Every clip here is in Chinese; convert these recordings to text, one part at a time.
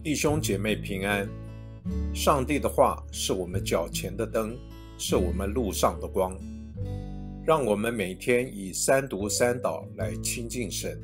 弟兄姐妹平安。上帝的话是我们脚前的灯，是我们路上的光。让我们每天以三读三祷来亲近神。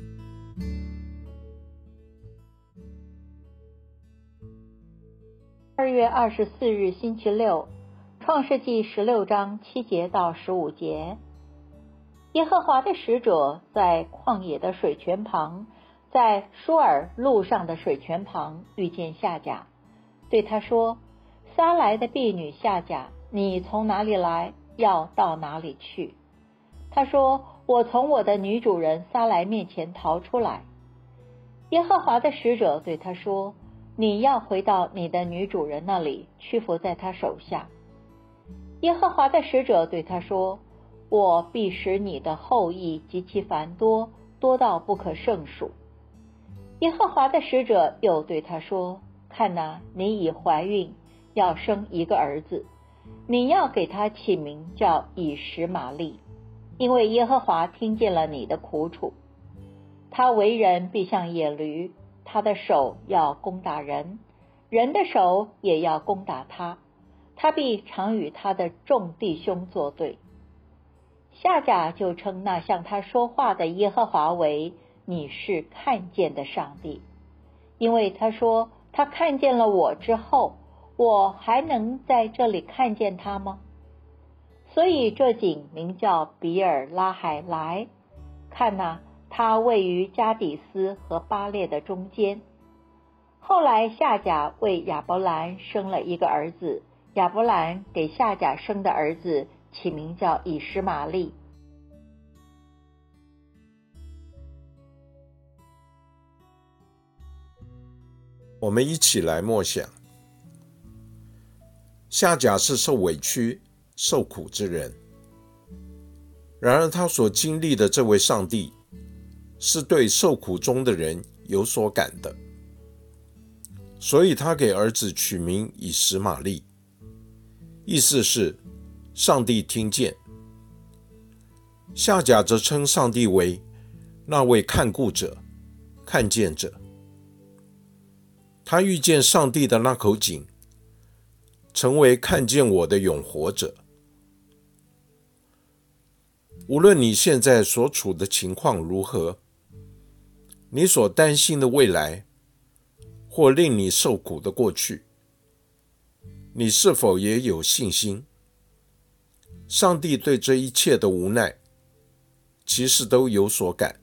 2月24日星期六，创世纪16章7节到15节。耶和华的使者在旷野的水泉旁，在舒尔路上的水泉旁遇见夏甲，对他说：撒来的婢女夏甲，你从哪里来，要到哪里去？他说：我从我的女主人撒来面前逃出来。耶和华的使者对他说：你要回到你的女主人那里，屈服在她手下。耶和华的使者对他说：我必使你的后裔极其繁多，多到不可胜数。耶和华的使者又对他说：看哪，你已怀孕，要生一个儿子，你要给他起名叫以实玛利，因为耶和华听见了你的苦楚。他为人必像野驴，他的手要攻打人，人的手也要攻打他，他必常与他的众弟兄作对。夏甲就称那向他说话的耶和华为你是看见的上帝，因为他说他看见了我之后，我还能在这里看见他吗？所以这井名叫比尔拉海莱。看哪，它位于加底斯和巴列的中间。后来夏甲为亚伯兰生了一个儿子，亚伯兰给夏甲生的儿子起名叫以实玛利。 我们一起来默想。夏甲是受委屈、受苦之人，然而他所经历的这位上帝是对受苦中的人有所感的，所以他给儿子取名以实玛利，意思是上帝听见。夏甲则称上帝为那位看顾者、看见者。他遇见上帝的那口井，成为看见我的永活者。无论你现在所处的情况如何，你所担心的未来，或令你受苦的过去，你是否也有信心？上帝对这一切的无奈，其实都有所感，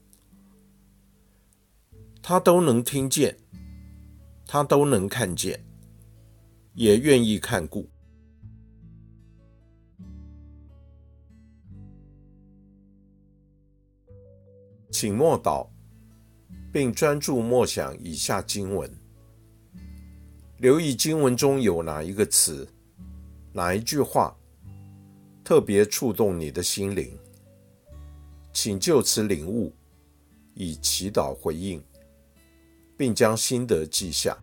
他都能听见，他都能看见，也愿意看顾。请默祷，并专注默想以下经文，留意经文中有哪一个词、哪一句话特别触动你的心灵，请就此领悟，以祈祷回应，并将心得记下。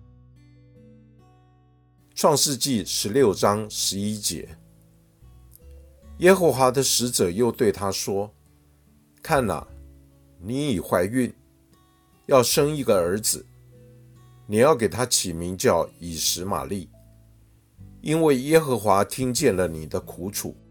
创世纪16章11节，耶和华的使者又对他说：看哪，你已怀孕，要生一个儿子，你要给他起名叫以实玛利，因为耶和华听见了你的苦楚。